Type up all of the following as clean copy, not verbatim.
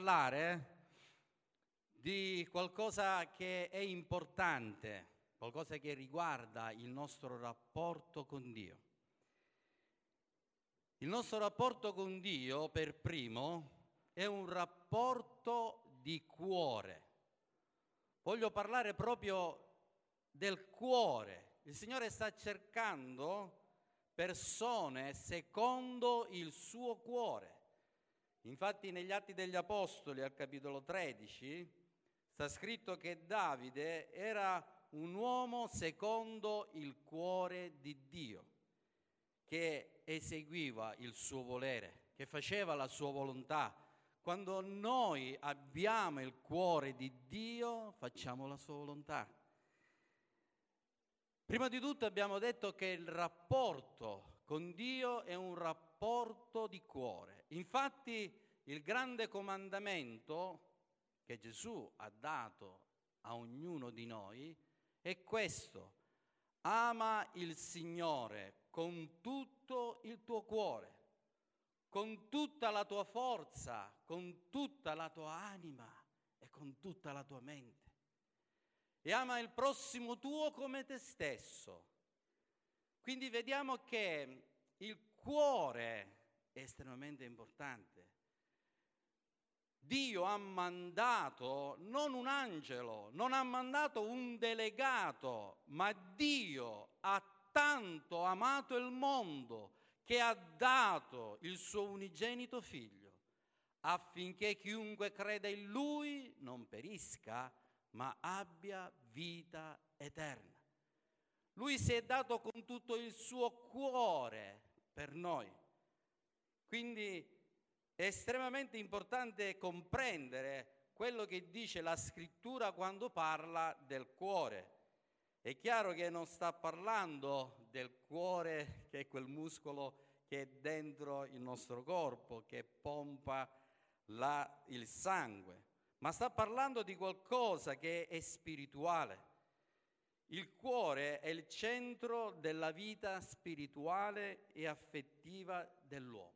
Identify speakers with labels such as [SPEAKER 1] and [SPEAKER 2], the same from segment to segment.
[SPEAKER 1] parlare di qualcosa che è importante, qualcosa che riguarda il nostro rapporto con Dio. Il nostro rapporto con Dio, per primo, è un rapporto di cuore. Voglio parlare proprio del cuore. Il Signore sta cercando persone secondo il suo cuore. Infatti negli Atti degli Apostoli, al capitolo 13, sta scritto che Davide era un uomo secondo il cuore di Dio, che eseguiva il suo volere, che faceva la sua volontà. Quando noi abbiamo il cuore di Dio, facciamo la sua volontà. Prima di tutto abbiamo detto che il rapporto con Dio è un rapporto di cuore. Infatti il grande comandamento che Gesù ha dato a ognuno di noi è questo: ama il Signore con tutto il tuo cuore, con tutta la tua forza, con tutta la tua anima e con tutta la tua mente. E ama il prossimo tuo come te stesso. Quindi vediamo che il cuore è estremamente importante. Dio ha mandato non un angelo, non ha mandato un delegato, ma Dio ha tanto amato il mondo che ha dato il suo unigenito figlio, affinché chiunque creda in Lui non perisca, ma abbia vita eterna. Lui si è dato con tutto il suo cuore per noi. Quindi è estremamente importante comprendere quello che dice la Scrittura quando parla del cuore. È chiaro che non sta parlando del cuore, che è quel muscolo che è dentro il nostro corpo, che pompa il sangue, ma sta parlando di qualcosa che è spirituale. Il cuore è il centro della vita spirituale e affettiva dell'uomo.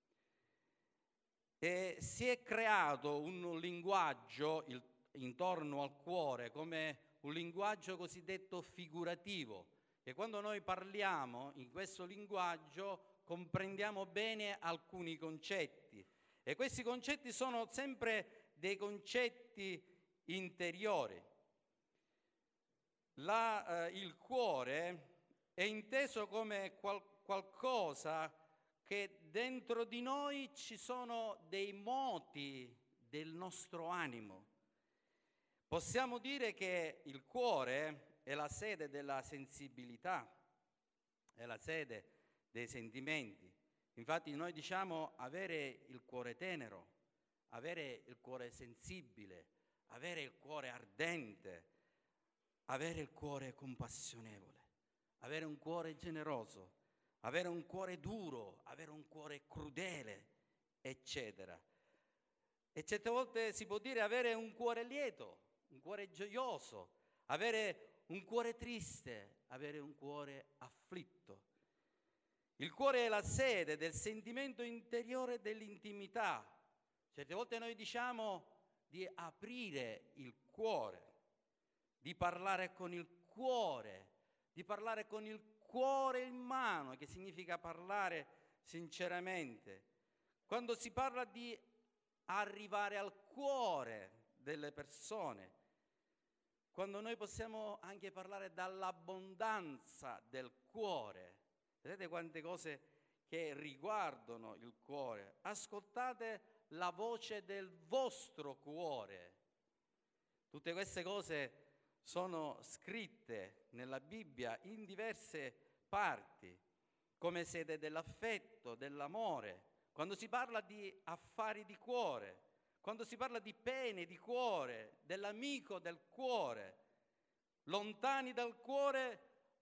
[SPEAKER 1] E si è creato un linguaggio intorno al cuore come un linguaggio cosiddetto figurativo, che quando noi parliamo in questo linguaggio comprendiamo bene alcuni concetti, e questi concetti sono sempre dei concetti interiori. Il cuore è inteso come qualcosa che dentro di noi ci sono dei moti del nostro animo. Possiamo dire che il cuore è la sede della sensibilità, è la sede dei sentimenti. Infatti noi diciamo avere il cuore tenero, avere il cuore sensibile, avere il cuore ardente, avere il cuore compassionevole, avere un cuore generoso, avere un cuore duro, avere un cuore crudele, eccetera. E certe volte si può dire avere un cuore lieto, un cuore gioioso, avere un cuore triste, avere un cuore afflitto. Il cuore è la sede del sentimento interiore dell'intimità. Certe volte noi diciamo di aprire il cuore, di parlare con il cuore, di parlare con il cuore in mano, che significa parlare sinceramente. Quando si parla di arrivare al cuore delle persone, quando noi possiamo anche parlare dall'abbondanza del cuore. Vedete quante cose che riguardano il cuore. Ascoltate la voce del vostro cuore. Tutte queste cose sono scritte nella Bibbia in diverse parti, come sede dell'affetto, dell'amore. Quando si parla di affari di cuore, quando si parla di pene di cuore, dell'amico del cuore, lontani dal cuore,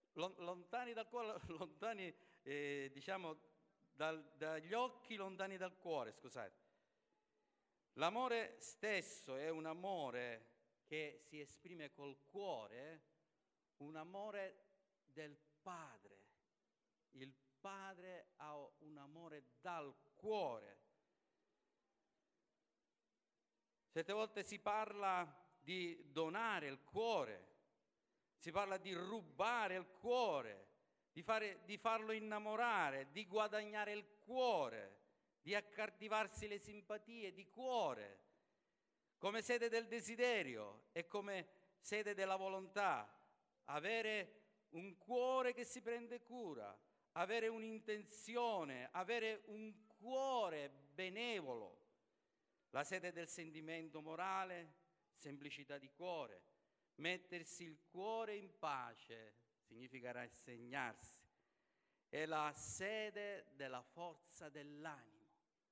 [SPEAKER 1] diciamo dagli occhi, lontani dal cuore, scusate. L'amore stesso è un amore che si esprime col cuore, un amore del Padre. Il Padre ha un amore dal cuore. Certe volte si parla di donare il cuore, si parla di rubare il cuore, di farlo innamorare, di guadagnare il cuore, di accattivarsi le simpatie di cuore, come sede del desiderio e come sede della volontà, avere un cuore che si prende cura, avere un'intenzione, avere un cuore benevolo, la sede del sentimento morale, semplicità di cuore, mettersi il cuore in pace significa rassegnarsi, è la sede della forza dell'animo.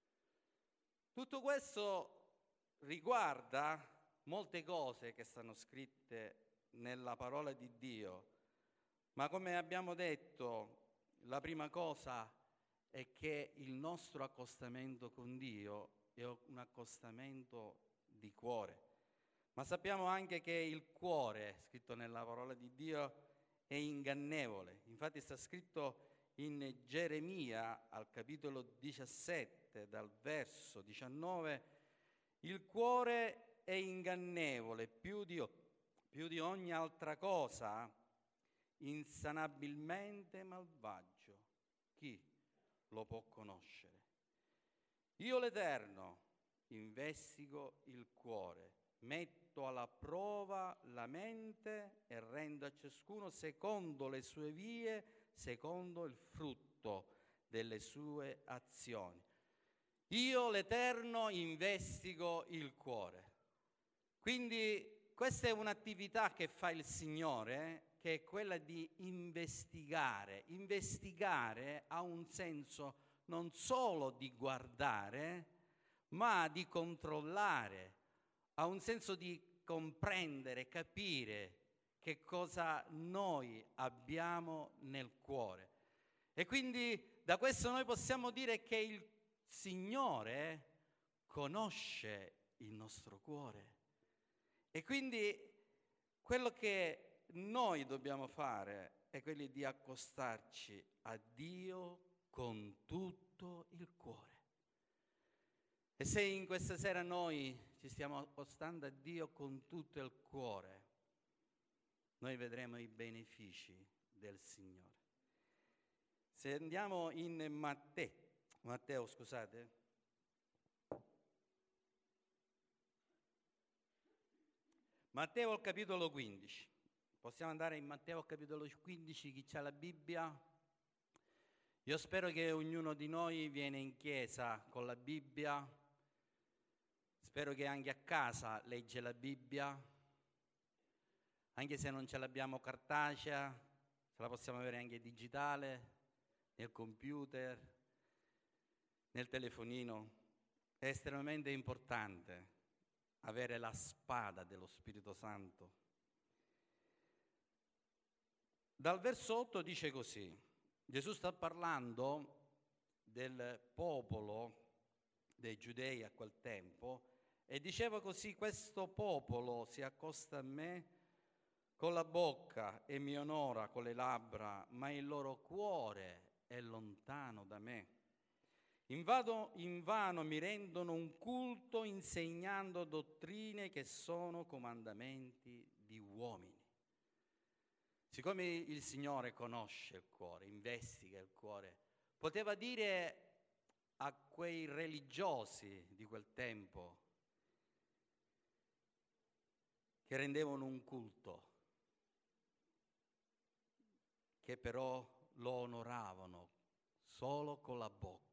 [SPEAKER 1] Tutto questo riguarda molte cose che stanno scritte nella parola di Dio, ma come abbiamo detto, la prima cosa è che il nostro accostamento con Dio è un accostamento di cuore. Ma sappiamo anche che il cuore, scritto nella parola di Dio, è ingannevole. Infatti sta scritto in Geremia al capitolo 17, dal verso 19, il cuore è ingannevole più di ogni altra cosa, insanabilmente malvagio. Chi lo può conoscere? Io l'Eterno investigo il cuore, metto alla prova la mente e rendo a ciascuno secondo le sue vie, secondo il frutto delle sue azioni. Io l'Eterno investigo il cuore. Quindi questa è un'attività che fa il Signore, che è quella di investigare. Investigare ha un senso non solo di guardare, ma di controllare, ha un senso di comprendere, capire che cosa noi abbiamo nel cuore. E quindi da questo noi possiamo dire che il Signore conosce il nostro cuore. E quindi quello che noi dobbiamo fare è quello di accostarci a Dio con tutto il cuore. E se in questa sera noi ci stiamo accostando a Dio con tutto il cuore, noi vedremo i benefici del Signore. Se andiamo in Matteo, Matteo al capitolo 15. Possiamo andare in Matteo capitolo 15, chi c'ha la Bibbia? Io spero che ognuno di noi viene in chiesa con la Bibbia, spero che anche a casa legge la Bibbia, anche se non ce l'abbiamo cartacea, ce la possiamo avere anche digitale, nel computer, nel telefonino. È estremamente importante avere la spada dello Spirito Santo. Dal verso 8 dice così, Gesù sta parlando del popolo dei giudei a quel tempo e diceva così: questo popolo si accosta a me con la bocca e mi onora con le labbra, ma il loro cuore è lontano da me. Invano mi rendono un culto insegnando dottrine che sono comandamenti di uomini. Siccome il Signore conosce il cuore, investiga il cuore, poteva dire a quei religiosi di quel tempo che rendevano un culto, che però lo onoravano solo con la bocca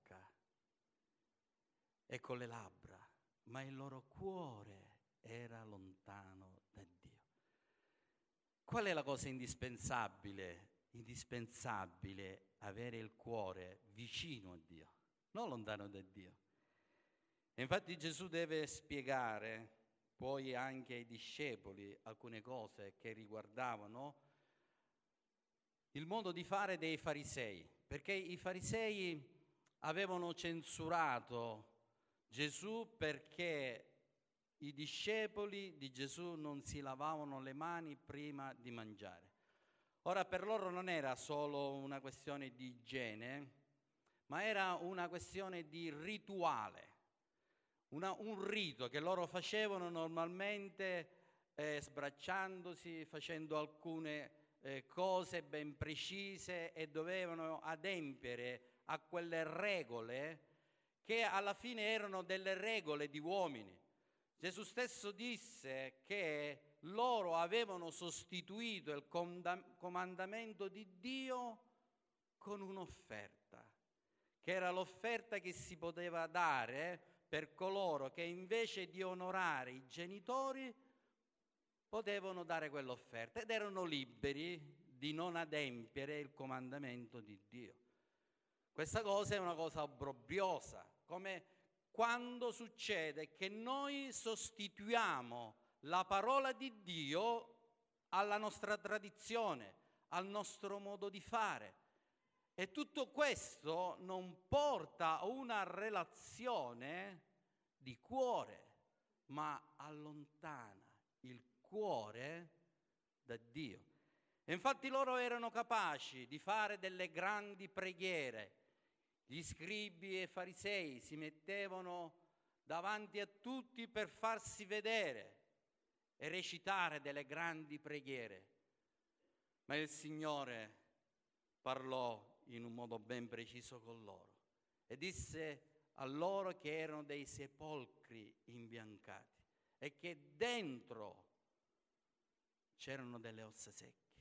[SPEAKER 1] e con le labbra, ma il loro cuore era lontano da Dio. Qual è la cosa indispensabile? Indispensabile avere il cuore vicino a Dio, non lontano da Dio. E infatti Gesù deve spiegare poi anche ai discepoli alcune cose che riguardavano il modo di fare dei farisei, perché i farisei avevano censurato Gesù perché i discepoli di Gesù non si lavavano le mani prima di mangiare. Ora, per loro non era solo una questione di igiene, ma era una questione di rituale, un rito che loro facevano normalmente, sbracciandosi, facendo alcune cose ben precise, e dovevano adempiere a quelle regole che alla fine erano delle regole di uomini. Gesù stesso disse che loro avevano sostituito il comandamento di Dio con un'offerta, che era l'offerta che si poteva dare per coloro che invece di onorare i genitori potevano dare quell'offerta ed erano liberi di non adempiere il comandamento di Dio. Questa cosa è una cosa obbrobiosa, come quando succede che noi sostituiamo la parola di Dio alla nostra tradizione, al nostro modo di fare. E tutto questo non porta a una relazione di cuore, ma allontana il cuore da Dio. E infatti loro erano capaci di fare delle grandi preghiere. Gli scribi e farisei si mettevano davanti a tutti per farsi vedere e recitare delle grandi preghiere. Ma il Signore parlò in un modo ben preciso con loro e disse a loro che erano dei sepolcri imbiancati e che dentro c'erano delle ossa secche.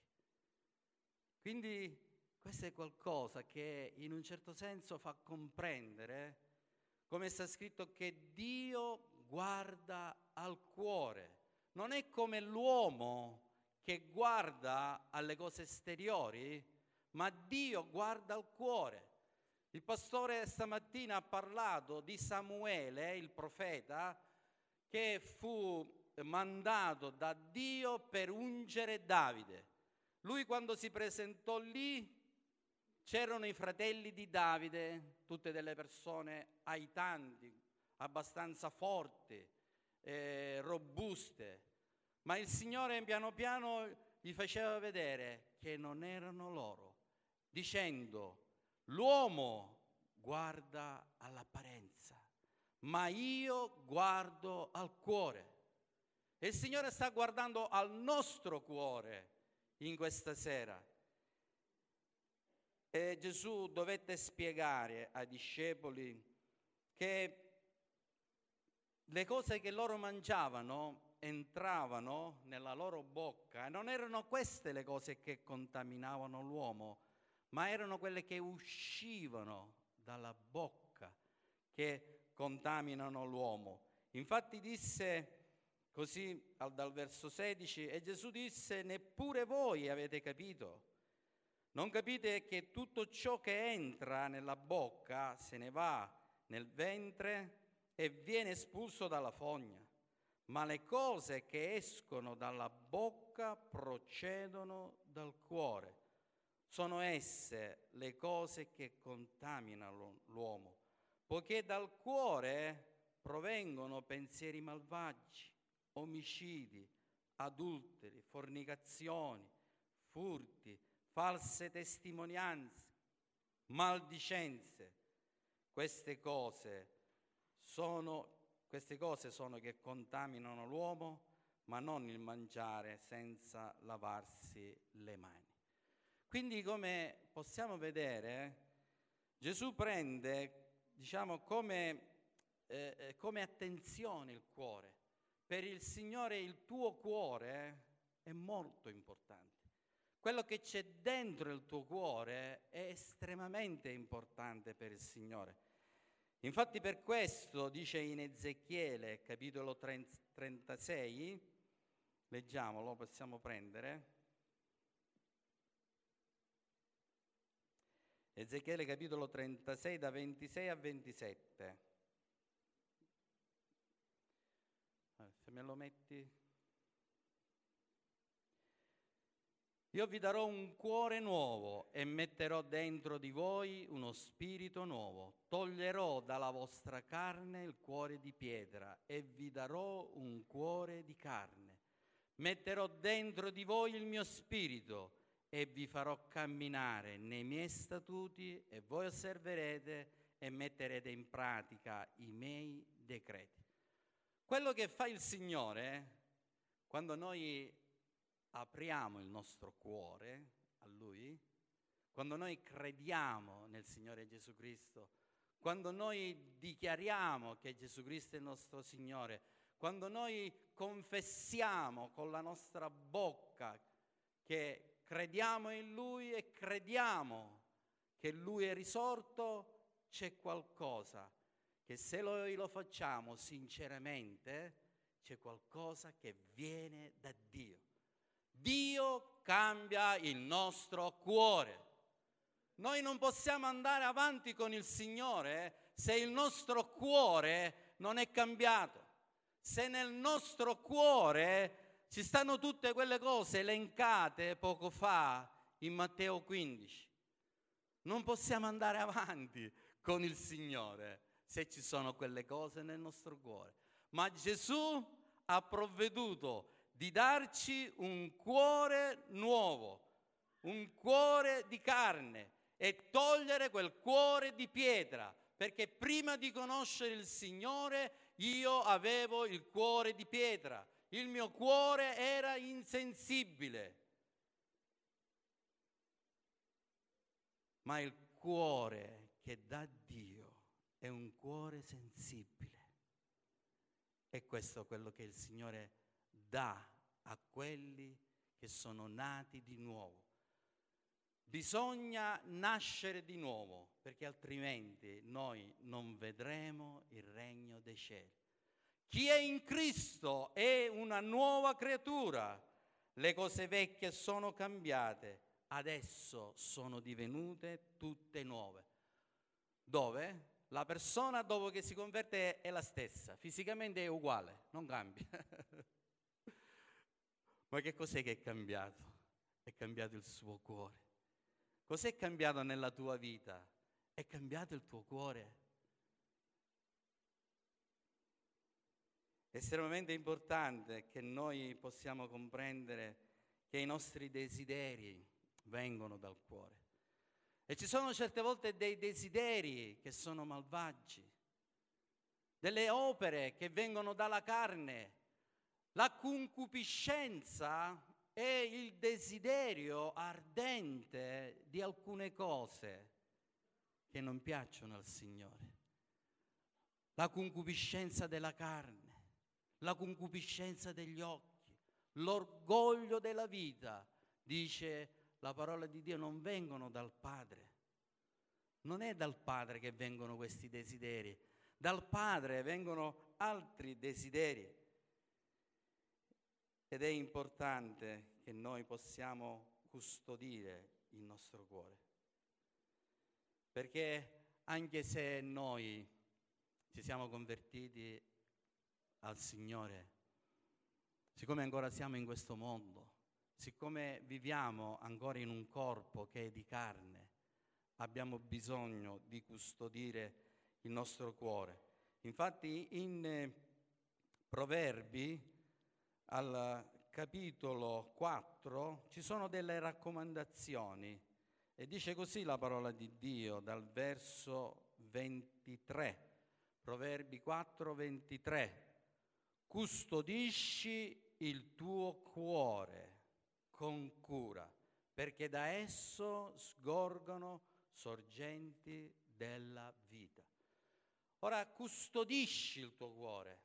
[SPEAKER 1] Quindi questo è qualcosa che in un certo senso fa comprendere, come sta scritto, che Dio guarda al cuore. Non è come l'uomo che guarda alle cose esteriori, ma Dio guarda al cuore. Il pastore stamattina ha parlato di Samuele, il profeta, che fu mandato da Dio per ungere Davide. Lui, quando si presentò lì, c'erano i fratelli di Davide, tutte delle persone aitanti, abbastanza forti, robuste, ma il Signore piano piano gli faceva vedere che non erano loro, dicendo: l'uomo guarda all'apparenza, ma io guardo al cuore. E il Signore sta guardando al nostro cuore in questa sera. E Gesù dovette spiegare ai discepoli che le cose che loro mangiavano entravano nella loro bocca e non erano queste le cose che contaminavano l'uomo, ma erano quelle che uscivano dalla bocca che contaminano l'uomo. Infatti disse così dal verso 16: e Gesù disse: neppure voi avete capito? Non capite che tutto ciò che entra nella bocca se ne va nel ventre e viene espulso dalla fogna, ma le cose che escono dalla bocca procedono dal cuore. Sono esse le cose che contaminano l'uomo, poiché dal cuore provengono pensieri malvagi, omicidi, adulteri, fornicazioni, furti, false testimonianze, maldicenze. Queste cose sono che contaminano l'uomo, ma non il mangiare senza lavarsi le mani. Quindi, come possiamo vedere, Gesù prende, come attenzione il cuore. Per il Signore il tuo cuore è molto importante. Quello che c'è dentro il tuo cuore è estremamente importante per il Signore. Infatti per questo dice in Ezechiele, capitolo 36, leggiamolo, possiamo prendere. Ezechiele capitolo 36 da 26 a 27. Se me lo metti. Io vi darò un cuore nuovo e metterò dentro di voi uno spirito nuovo. Toglierò dalla vostra carne il cuore di pietra e vi darò un cuore di carne. Metterò dentro di voi il mio spirito e vi farò camminare nei miei statuti e voi osserverete e metterete in pratica i miei decreti. Quello che fa il Signore, quando noi apriamo il nostro cuore a Lui, quando noi crediamo nel Signore Gesù Cristo, quando noi dichiariamo che Gesù Cristo è il nostro Signore, quando noi confessiamo con la nostra bocca che crediamo in Lui e crediamo che Lui è risorto, c'è qualcosa che se noi lo facciamo sinceramente, c'è qualcosa che viene da Dio. Dio cambia il nostro cuore. Noi non possiamo andare avanti con il Signore se il nostro cuore non è cambiato. Se nel nostro cuore ci stanno tutte quelle cose elencate poco fa in Matteo 15. Non possiamo andare avanti con il Signore se ci sono quelle cose nel nostro cuore. Ma Gesù ha provveduto di darci un cuore nuovo, un cuore di carne, e togliere quel cuore di pietra, perché prima di conoscere il Signore io avevo il cuore di pietra, il mio cuore era insensibile. Ma il cuore che dà Dio è un cuore sensibile. E questo è quello che il Signore dà a quelli che sono nati di nuovo. Bisogna nascere di nuovo, perché altrimenti noi non vedremo il regno dei cieli. Chi è in Cristo è una nuova creatura. Le cose vecchie sono cambiate, adesso sono divenute tutte nuove. Dove? La persona dopo che si converte è la stessa, fisicamente è uguale, non cambia. Ma che cos'è che è cambiato? È cambiato il suo cuore. Cos'è cambiato nella tua vita? È cambiato il tuo cuore. È estremamente importante che noi possiamo comprendere che i nostri desideri vengono dal cuore. E ci sono certe volte dei desideri che sono malvagi, delle opere che vengono dalla carne. La concupiscenza è il desiderio ardente di alcune cose che non piacciono al Signore. La concupiscenza della carne, la concupiscenza degli occhi, l'orgoglio della vita, dice la parola di Dio, non vengono dal Padre. Non è dal Padre che vengono questi desideri, dal Padre vengono altri desideri. Ed è importante che noi possiamo custodire il nostro cuore. Perché anche se noi ci siamo convertiti al Signore, siccome ancora siamo in questo mondo, siccome viviamo ancora in un corpo che è di carne, abbiamo bisogno di custodire il nostro cuore. Infatti in Proverbi, al capitolo 4, ci sono delle raccomandazioni e dice così la parola di Dio dal verso 23, Proverbi 4, 23. Custodisci il tuo cuore con cura, perché da esso sgorgono sorgenti della vita. Ora, custodisci il tuo cuore.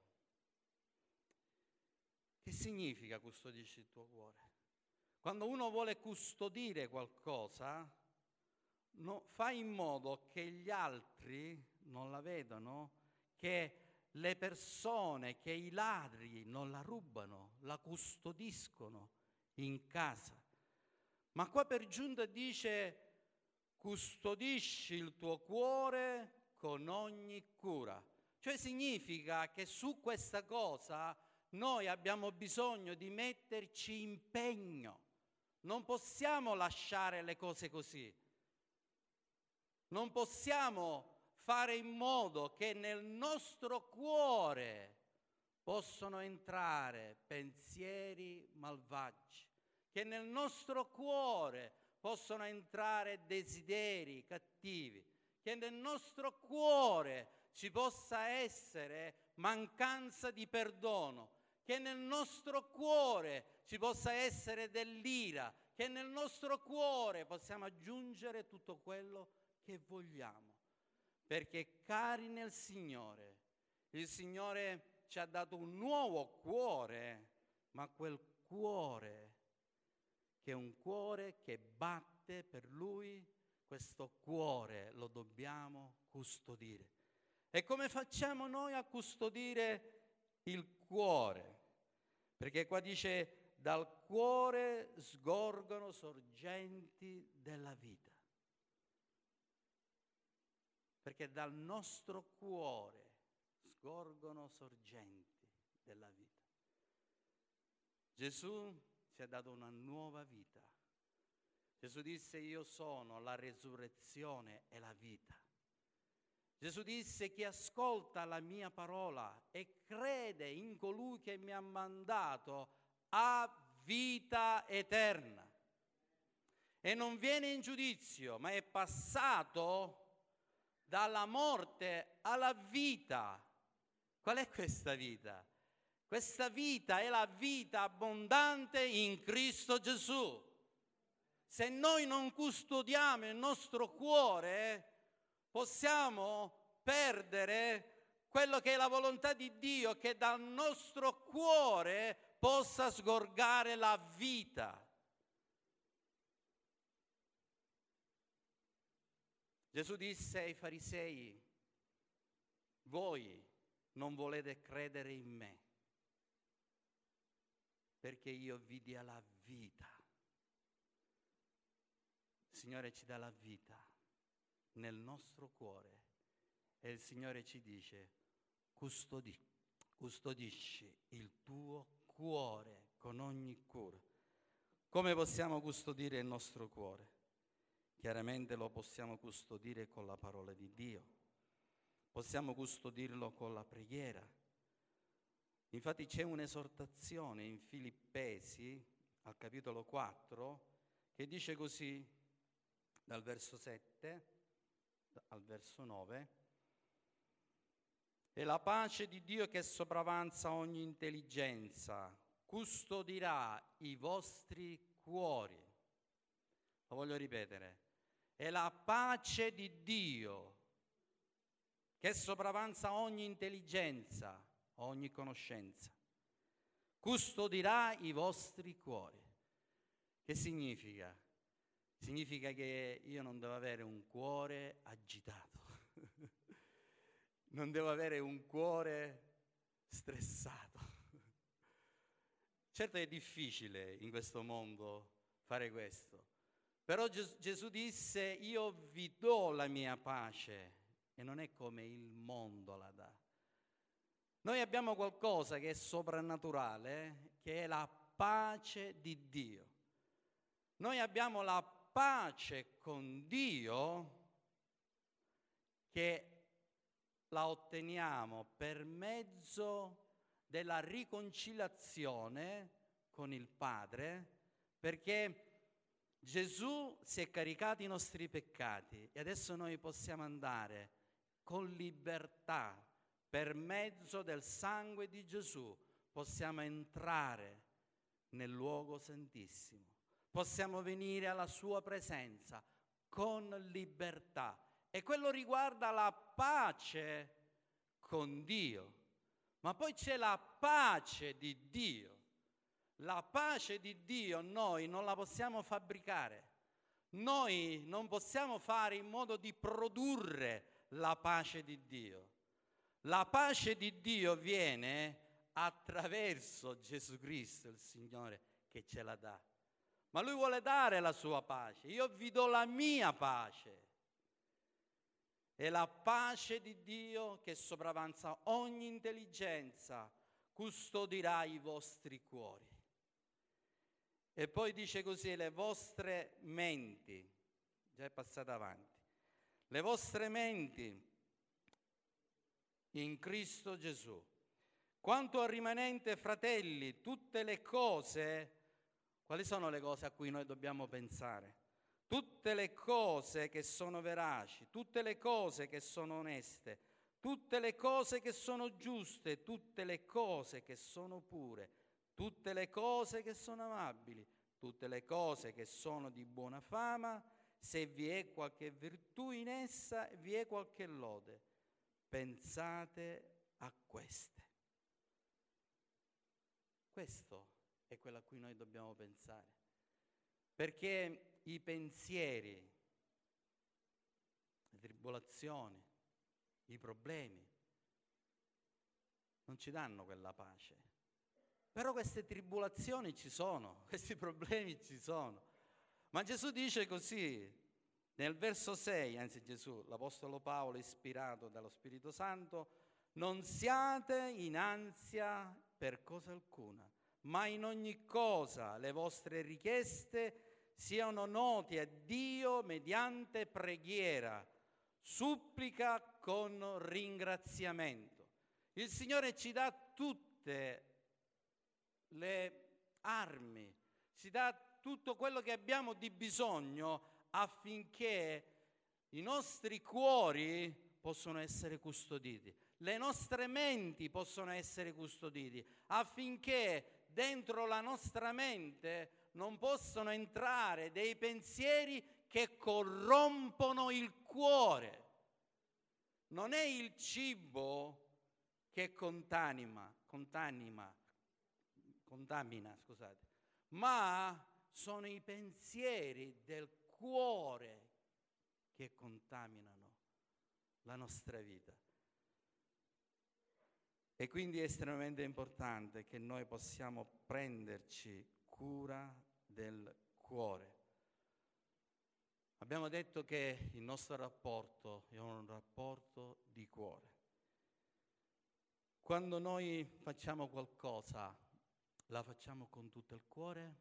[SPEAKER 1] Che significa custodisci il tuo cuore? Quando uno vuole custodire qualcosa, fa in modo che gli altri non la vedano, che le persone, che i ladri non la rubano, la custodiscono in casa. Ma qua per giunta dice: custodisci il tuo cuore con ogni cura. Cioè significa che su questa cosa noi abbiamo bisogno di metterci impegno. Non possiamo lasciare le cose così. Non possiamo fare in modo che nel nostro cuore possano entrare pensieri malvagi, che nel nostro cuore possono entrare desideri cattivi, che nel nostro cuore ci possa essere mancanza di perdono, che nel nostro cuore ci possa essere dell'ira, che nel nostro cuore possiamo aggiungere tutto quello che vogliamo. Perché cari nel Signore, il Signore ci ha dato un nuovo cuore, ma quel cuore che è un cuore che batte per Lui, questo cuore lo dobbiamo custodire. E come facciamo noi a custodire il cuore? Perché qua dice, dal cuore sgorgono sorgenti della vita. Perché dal nostro cuore sgorgono sorgenti della vita. Gesù ci ha dato una nuova vita. Gesù disse, io sono la resurrezione e la vita. Gesù disse, chi ascolta la mia parola e crede in colui che mi ha mandato ha vita eterna. E non viene in giudizio, ma è passato dalla morte alla vita. Qual è questa vita? Questa vita è la vita abbondante in Cristo Gesù. Se noi non custodiamo il nostro cuore, possiamo perdere quello che è la volontà di Dio, che dal nostro cuore possa sgorgare la vita. Gesù disse ai farisei, voi non volete credere in me, perché io vi dia la vita. Il Signore ci dà la vita nel nostro cuore e il Signore ci dice, custodisci il tuo cuore con ogni cura. Come possiamo custodire il nostro cuore? Chiaramente lo possiamo custodire con la parola di Dio, possiamo custodirlo con la preghiera. Infatti c'è un'esortazione in Filippesi, al capitolo 4, che dice così, dal verso 7 al verso 9, e la pace di Dio che sopravanza ogni intelligenza custodirà i vostri cuori. Lo voglio ripetere. E la pace di Dio, che sopravanza ogni intelligenza, ogni conoscenza, custodirà i vostri cuori. Che significa? Significa che io non devo avere un cuore agitato, non devo avere un cuore stressato. Certo è difficile in questo mondo fare questo. Però Gesù disse, io vi do la mia pace, e non è come il mondo la dà. Noi abbiamo qualcosa che è soprannaturale, che è la pace di Dio. Noi abbiamo la pace con Dio che la otteniamo per mezzo della riconciliazione con il Padre, perché Gesù si è caricato i nostri peccati e adesso noi possiamo andare con libertà, per mezzo del sangue di Gesù, possiamo entrare nel luogo santissimo, possiamo venire alla sua presenza con libertà. E quello riguarda la pace con Dio, ma poi c'è la pace di Dio. La pace di Dio noi non la possiamo fabbricare, noi non possiamo fare in modo di produrre la pace di Dio. La pace di Dio viene attraverso Gesù Cristo, il Signore, che ce la dà. Ma Lui vuole dare la sua pace. Io vi do la mia pace. E la pace di Dio che sopravanza ogni intelligenza custodirà i vostri cuori. E poi dice così, le vostre menti, già è passata avanti, le vostre menti in Cristo Gesù. Quanto al rimanente, fratelli, tutte le cose, quali sono le cose a cui noi dobbiamo pensare? Tutte le cose che sono veraci, tutte le cose che sono oneste, tutte le cose che sono giuste, tutte le cose che sono pure, tutte le cose che sono amabili, tutte le cose che sono di buona fama, se vi è qualche virtù in essa, vi è qualche lode. Pensate a queste. Questo è quello a cui noi dobbiamo pensare, perché i pensieri, le tribolazioni, i problemi non ci danno quella pace. Però queste tribolazioni ci sono, questi problemi ci sono. Ma Gesù dice così, nel verso 6, anzi Gesù, l'Apostolo Paolo, ispirato dallo Spirito Santo: non siate in ansia per cosa alcuna, ma in ogni cosa le vostre richieste siano note a Dio mediante preghiera, supplica con ringraziamento. Il Signore ci dà tutte le armi, ci dà tutto quello che abbiamo di bisogno affinché i nostri cuori possano essere custoditi, le nostre menti possono essere custoditi, affinché dentro la nostra mente non possano entrare dei pensieri che corrompono il cuore. Non è il cibo che contamina, ma sono i pensieri del cuore che contaminano la nostra vita. E quindi è estremamente importante che noi possiamo prenderci cura del cuore. Abbiamo detto che il nostro rapporto è un rapporto di cuore. Quando noi facciamo qualcosa, la facciamo con tutto il cuore?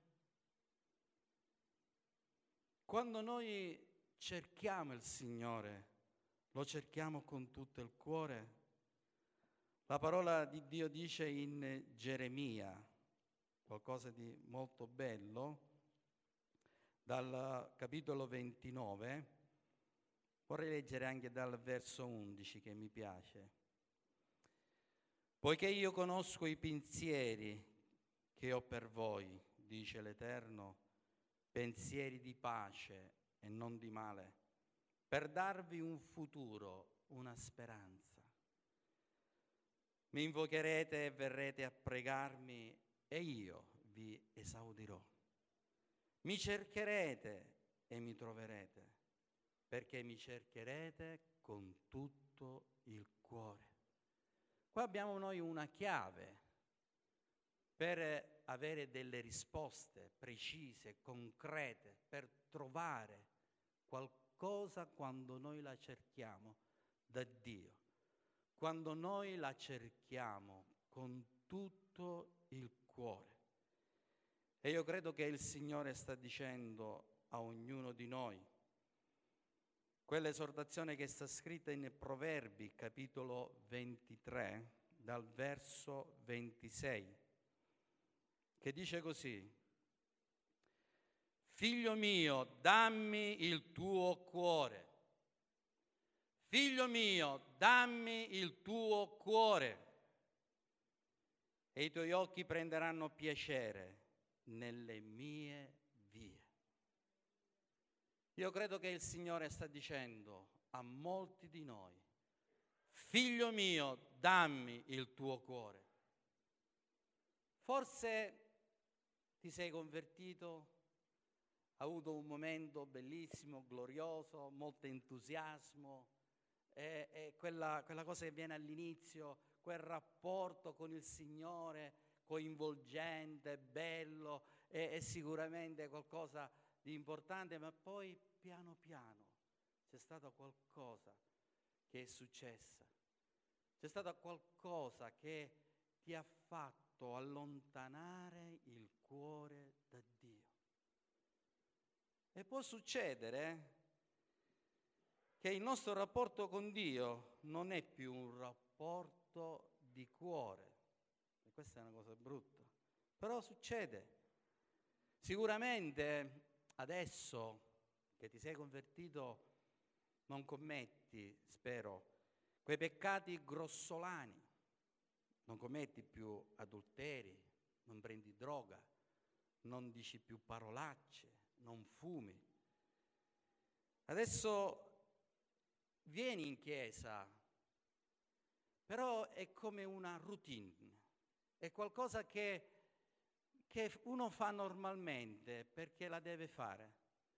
[SPEAKER 1] Quando noi cerchiamo il Signore, lo cerchiamo con tutto il cuore? La parola di Dio dice in Geremia qualcosa di molto bello, dal capitolo 29, vorrei leggere anche dal verso 11 che mi piace. Poiché io conosco i pensieri che ho per voi, dice l'Eterno, pensieri di pace e non di male, per darvi un futuro, una speranza. Mi invocherete e verrete a pregarmi e io vi esaudirò. Mi cercherete e mi troverete, perché mi cercherete con tutto il cuore. Qua abbiamo noi una chiave per avere delle risposte precise, concrete, per trovare qualcosa quando noi la cerchiamo da Dio, quando noi la cerchiamo con tutto il cuore. E io credo che il Signore sta dicendo a ognuno di noi quell'esortazione che sta scritta in Proverbi, capitolo 23, dal verso 26, che dice così: figlio mio, dammi il tuo cuore. Figlio mio, dammi il tuo cuore, e i tuoi occhi prenderanno piacere nelle mie vie. Io credo che il Signore sta dicendo a molti di noi: figlio mio, dammi il tuo cuore. Forse ti sei convertito, hai avuto un momento bellissimo, glorioso, molto entusiasmo, e quella cosa che viene all'inizio, quel rapporto con il Signore coinvolgente, bello, è sicuramente qualcosa di importante, ma poi piano piano c'è stato qualcosa che è successo, c'è stato qualcosa che ti ha fatto allontanare il cuore da Dio. E può succedere che il nostro rapporto con Dio non è più un rapporto di cuore, e questa è una cosa brutta, però succede. Sicuramente adesso che ti sei convertito non commetti, spero, quei peccati grossolani. Non commetti più adulteri, non prendi droga, non dici più parolacce, non fumi. Adesso vieni in chiesa, però è come una routine, è qualcosa che uno fa normalmente perché la deve fare.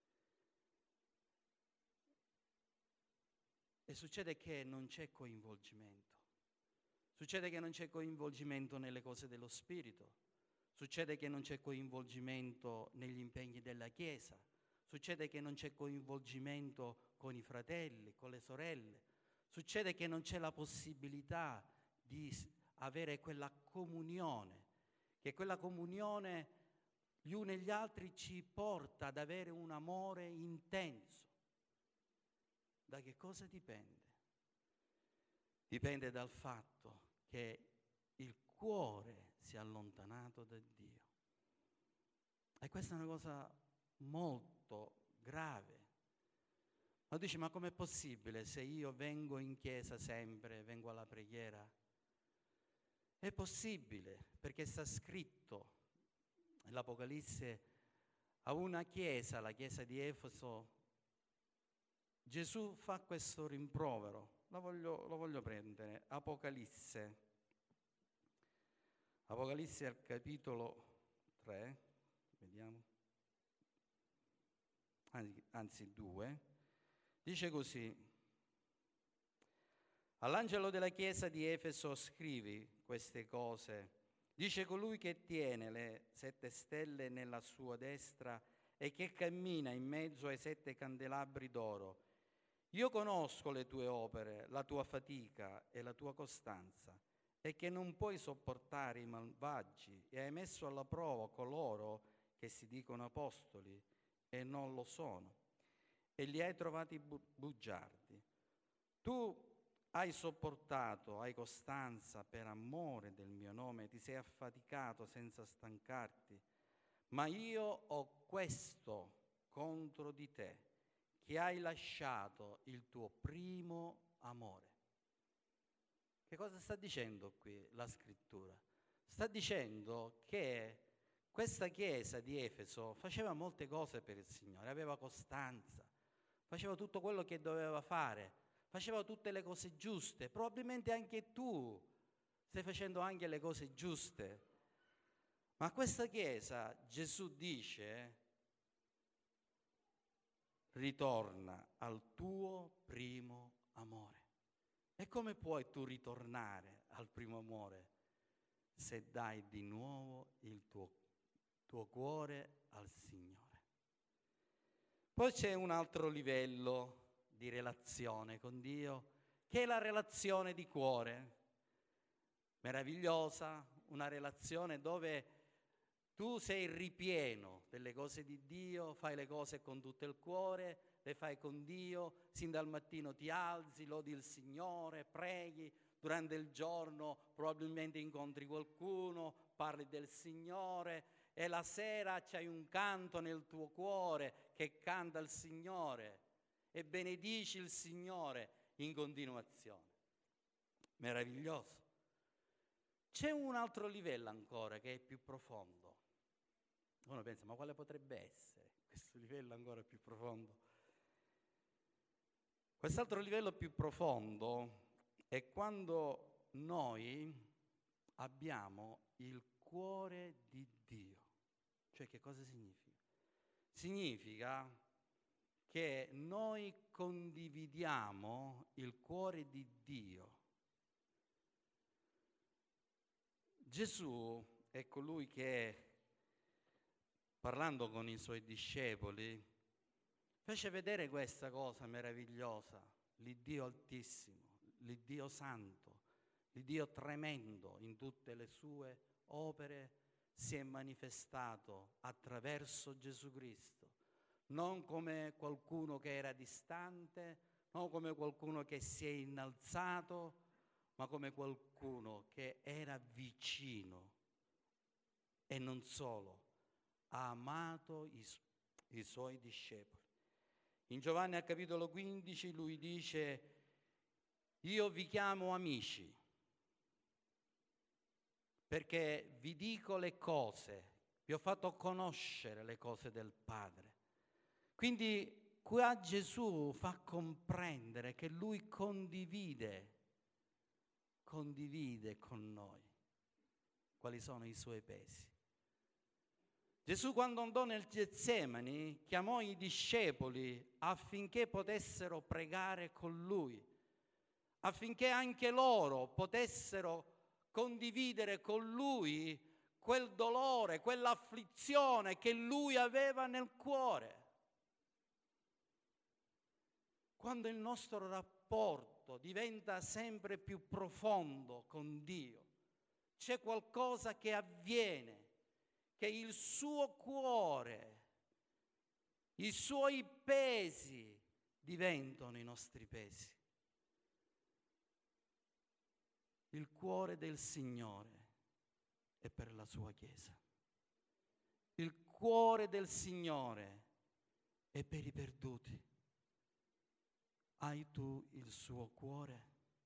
[SPEAKER 1] E succede che non c'è coinvolgimento. Succede che non c'è coinvolgimento nelle cose dello Spirito. Succede che non c'è coinvolgimento negli impegni della Chiesa. Succede che non c'è coinvolgimento con i fratelli, con le sorelle. Succede che non c'è la possibilità di avere quella comunione, che quella comunione gli uni e gli altri ci porta ad avere un amore intenso. Da che cosa dipende? Dipende dal fatto che il cuore si è allontanato da Dio. E questa è una cosa molto grave. Ma dici, ma com'è possibile se io vengo in chiesa sempre, vengo alla preghiera? È possibile, perché sta scritto nell'Apocalisse a una chiesa, la chiesa di Efeso. Gesù fa questo rimprovero, lo voglio prendere, Apocalisse al capitolo 3, vediamo, anzi 2, dice così: all'angelo della chiesa di Efeso scrivi queste cose, dice colui che tiene le 7 stelle nella sua destra e che cammina in mezzo ai 7 candelabri d'oro. Io conosco le tue opere, la tua fatica e la tua costanza, e che non puoi sopportare i malvagi, e hai messo alla prova coloro che si dicono apostoli e non lo sono, e li hai trovati bugiardi. Tu hai sopportato, hai costanza per amore del mio nome, ti sei affaticato senza stancarti, ma io ho questo contro di te, che hai lasciato il tuo primo amore. Che cosa sta dicendo qui la scrittura? Sta dicendo che questa chiesa di Efeso faceva molte cose per il Signore, aveva costanza, faceva tutto quello che doveva fare, faceva tutte le cose giuste. Probabilmente anche tu stai facendo anche le cose giuste. Ma questa chiesa, Gesù dice, ritorna al tuo primo amore. E come puoi tu ritornare al primo amore se dai di nuovo il tuo cuore al Signore? Poi c'è un altro livello di relazione con Dio, che è la relazione di cuore, meravigliosa, una relazione dove tu sei ripieno delle cose di Dio, fai le cose con tutto il cuore, le fai con Dio, sin dal mattino ti alzi, lodi il Signore, preghi, durante il giorno probabilmente incontri qualcuno, parli del Signore e la sera c'hai un canto nel tuo cuore che canta il Signore e benedici il Signore in continuazione. Meraviglioso. C'è un altro livello ancora che è più profondo. Uno pensa, ma quale potrebbe essere questo livello ancora più profondo? Quest'altro livello più profondo è quando noi abbiamo il cuore di Dio. Cioè, che cosa significa? Significa che noi condividiamo il cuore di Dio. Gesù è colui che, parlando con i suoi discepoli, fece vedere questa cosa meravigliosa, l'Iddio Altissimo, l'Iddio Santo, l'Iddio tremendo in tutte le sue opere si è manifestato attraverso Gesù Cristo, non come qualcuno che era distante, non come qualcuno che si è innalzato, ma come qualcuno che era vicino e non solo, ha amato i suoi discepoli. In Giovanni al capitolo 15 lui dice: Io vi chiamo amici perché vi dico le cose, vi ho fatto conoscere le cose del Padre. Quindi qua Gesù fa comprendere che Lui condivide con noi quali sono i suoi pesi. Gesù, quando andò nel Getsemani, chiamò i discepoli affinché potessero pregare con Lui, affinché anche loro potessero condividere con Lui quel dolore, quell'afflizione che Lui aveva nel cuore. Quando il nostro rapporto diventa sempre più profondo con Dio, c'è qualcosa che avviene, che il suo cuore, i suoi pesi diventano i nostri pesi. Il cuore del Signore è per la sua Chiesa. Il cuore del Signore è per i perduti. Hai tu il suo cuore?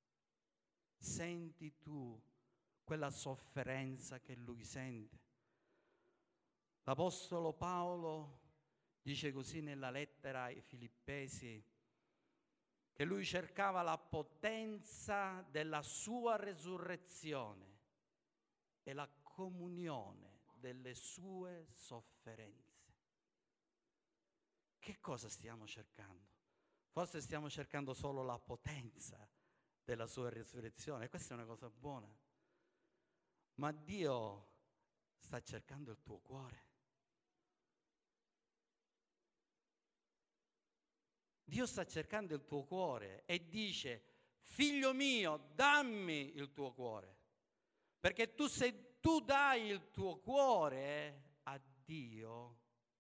[SPEAKER 1] Senti tu quella sofferenza che Lui sente? L'Apostolo Paolo dice così nella lettera ai Filippesi, che lui cercava la potenza della sua resurrezione e la comunione delle sue sofferenze. Che cosa stiamo cercando? Forse stiamo cercando solo la potenza della sua resurrezione, questa è una cosa buona, ma Dio sta cercando il tuo cuore. Dio sta cercando il tuo cuore e dice: figlio mio, dammi il tuo cuore, perché se tu dai il tuo cuore a Dio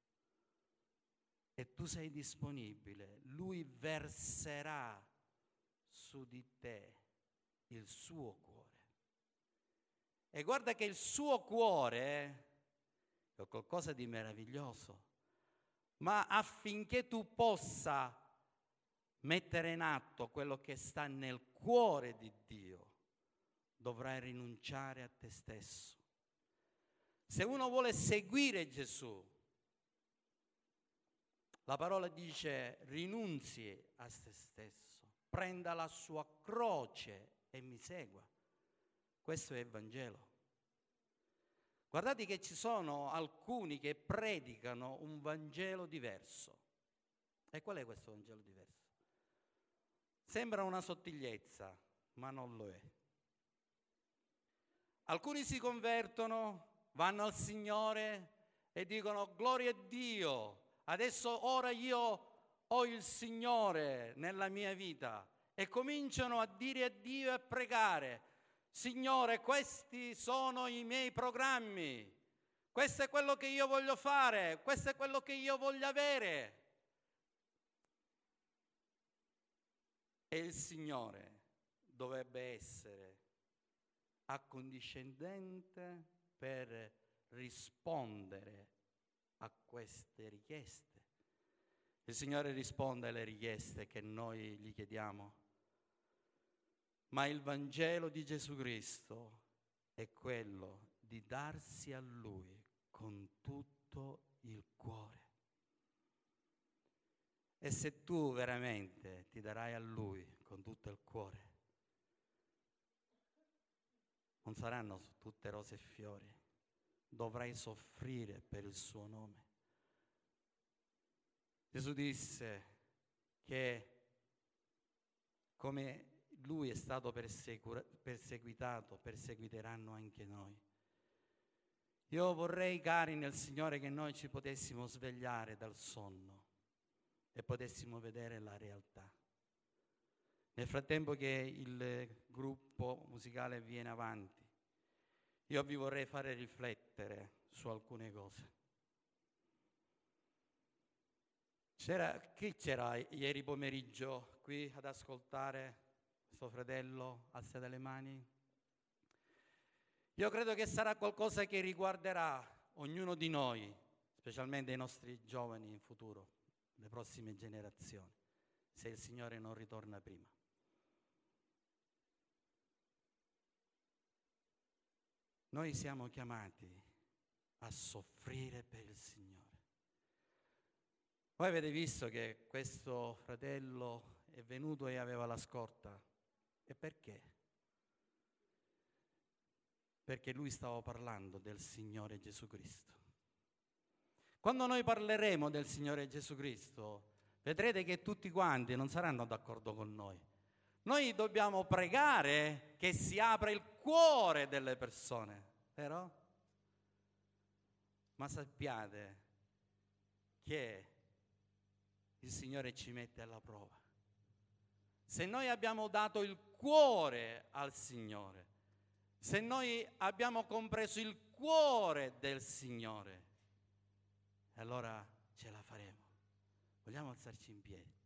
[SPEAKER 1] e tu sei disponibile, Lui verserà su di te il suo cuore. E guarda che il suo cuore è qualcosa di meraviglioso, ma affinché tu possa mettere in atto quello che sta nel cuore di Dio, dovrai rinunciare a te stesso. Se uno vuole seguire Gesù, la parola dice: rinunzi a se stesso, prenda la sua croce e mi segua. Questo è il Vangelo. Guardate che ci sono alcuni che predicano un Vangelo diverso. E qual è questo Vangelo diverso? Sembra una sottigliezza, ma non lo è. Alcuni si convertono, vanno al Signore e dicono: gloria a Dio, adesso ora io ho il Signore nella mia vita, e cominciano a dire a Dio e a pregare: Signore, questi sono i miei programmi, questo è quello che io voglio fare, questo è quello che io voglio avere. E il Signore dovrebbe essere accondiscendente per rispondere a queste richieste. Il Signore risponde alle richieste che noi gli chiediamo, ma il Vangelo di Gesù Cristo è quello di darsi a Lui con tutto il cuore. E se tu veramente ti darai a Lui con tutto il cuore, non saranno tutte rose e fiori, dovrai soffrire per il suo nome. Gesù disse che come Lui è stato perseguitato, perseguiteranno anche noi. Io vorrei, cari nel Signore, che noi ci potessimo svegliare dal sonno e potessimo vedere la realtà. Nel frattempo che il gruppo musicale viene avanti, io vi vorrei fare riflettere su alcune cose. Chi c'era ieri pomeriggio qui ad ascoltare questo fratello? Alzate le mani. Io credo che sarà qualcosa che riguarderà ognuno di noi, specialmente i nostri giovani in futuro, le prossime generazioni, se il Signore non ritorna prima. Noi siamo chiamati a soffrire per il Signore. Voi avete visto che questo fratello è venuto e aveva la scorta. E perché? Perché lui stava parlando del Signore Gesù Cristo. Quando noi parleremo del Signore Gesù Cristo, vedrete che tutti quanti non saranno d'accordo con noi. Noi dobbiamo pregare che si apra il cuore delle persone, vero? Ma sappiate che il Signore ci mette alla prova. Se noi abbiamo dato il cuore al Signore, se noi abbiamo compreso il cuore del Signore, allora ce la faremo. Vogliamo alzarci in piedi?